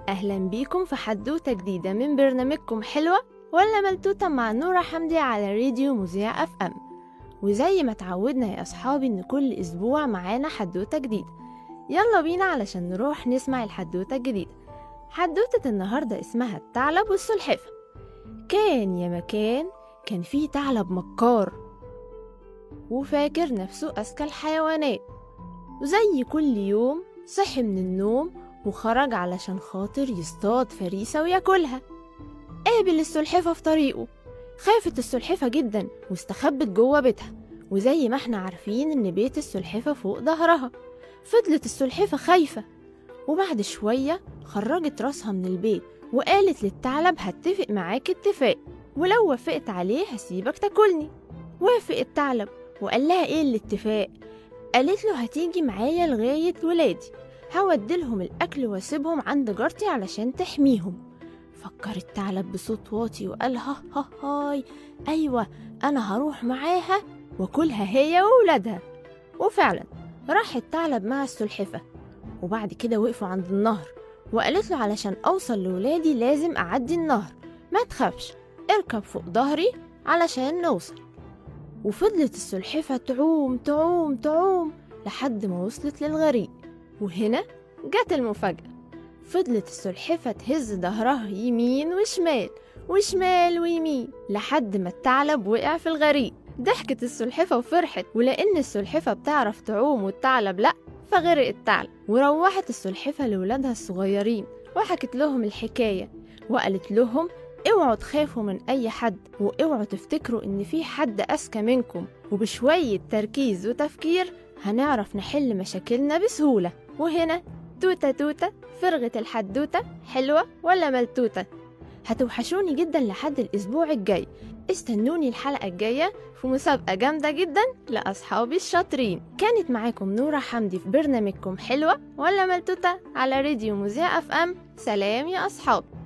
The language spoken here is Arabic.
أهلا بيكم في حدوتة جديدة من برنامجكم حلوة ولا ملتوتة مع نورة حمدي على راديو مذيع اف ام. وزي ما تعودنا يا أصحابي إن كل أسبوع معانا حدوتة جديدة. يلا بينا علشان نروح نسمع الحدوتة الجديدة. حدوتة النهاردة اسمها الثعلب والسلحفة. كان يا مكان كان فيه ثعلب مكار وفاكر نفسه أذكى الحيوانات، وزي كل يوم صحي من النوم وخرج علشان خاطر يصطاد فريسة وياكلها. قابل السلحفة في طريقه، خافت السلحفة جدا واستخبت جوه بيتها، وزي ما احنا عارفين ان بيت السلحفة فوق ظهرها. فضلت السلحفة خايفة، وبعد شوية خرجت راسها من البيت وقالت للثعلب هتفق معاك اتفاق، ولو وافقت عليه هسيبك تاكلني. وافق الثعلب وقال لها ايه الاتفاق؟ قالت له هتيجي معايا لغاية ولادي، هودلهم الأكل واسيبهم عند جارتي علشان تحميهم. فكر الثعلب بصوت واطي وقال هاي أيوة أنا هروح معاها وكلها هي وولادها. وفعلا راح الثعلب مع السلحفة، وبعد كده وقفوا عند النهر، وقالت له علشان أوصل لولادي لازم أعدي النهر، ما تخافش اركب فوق ظهري علشان نوصل. وفضلت السلحفة تعوم تعوم تعوم لحد ما وصلت للغريق. وهنا جت المفاجأة، فضلت السلحفة تهز ظهرها يمين وشمال وشمال ويمين لحد ما الثعلب وقع في الغريق. ضحكت السلحفة وفرحت، ولأن السلحفة بتعرف تعوم والثعلب لأ فغرق الثعلب. وروحت السلحفة لولادها الصغيرين وحكت لهم الحكاية، وقالت لهم اوعوا تخافوا من أي حد، واوعوا تفتكروا إن في حد أذكى منكم، وبشوية تركيز وتفكير هنعرف نحل مشاكلنا بسهولة. وهنا توتة توتة فرغت الحدوتة حلوة ولا ملتوتة. هتوحشوني جدا لحد الأسبوع الجاي، استنوني الحلقة الجاية في مسابقة جامدة جدا لأصحابي الشاطرين. كانت معاكم نورة حمدي في برنامجكم حلوة ولا ملتوتة على راديو مذيع اف ام. سلام يا أصحاب.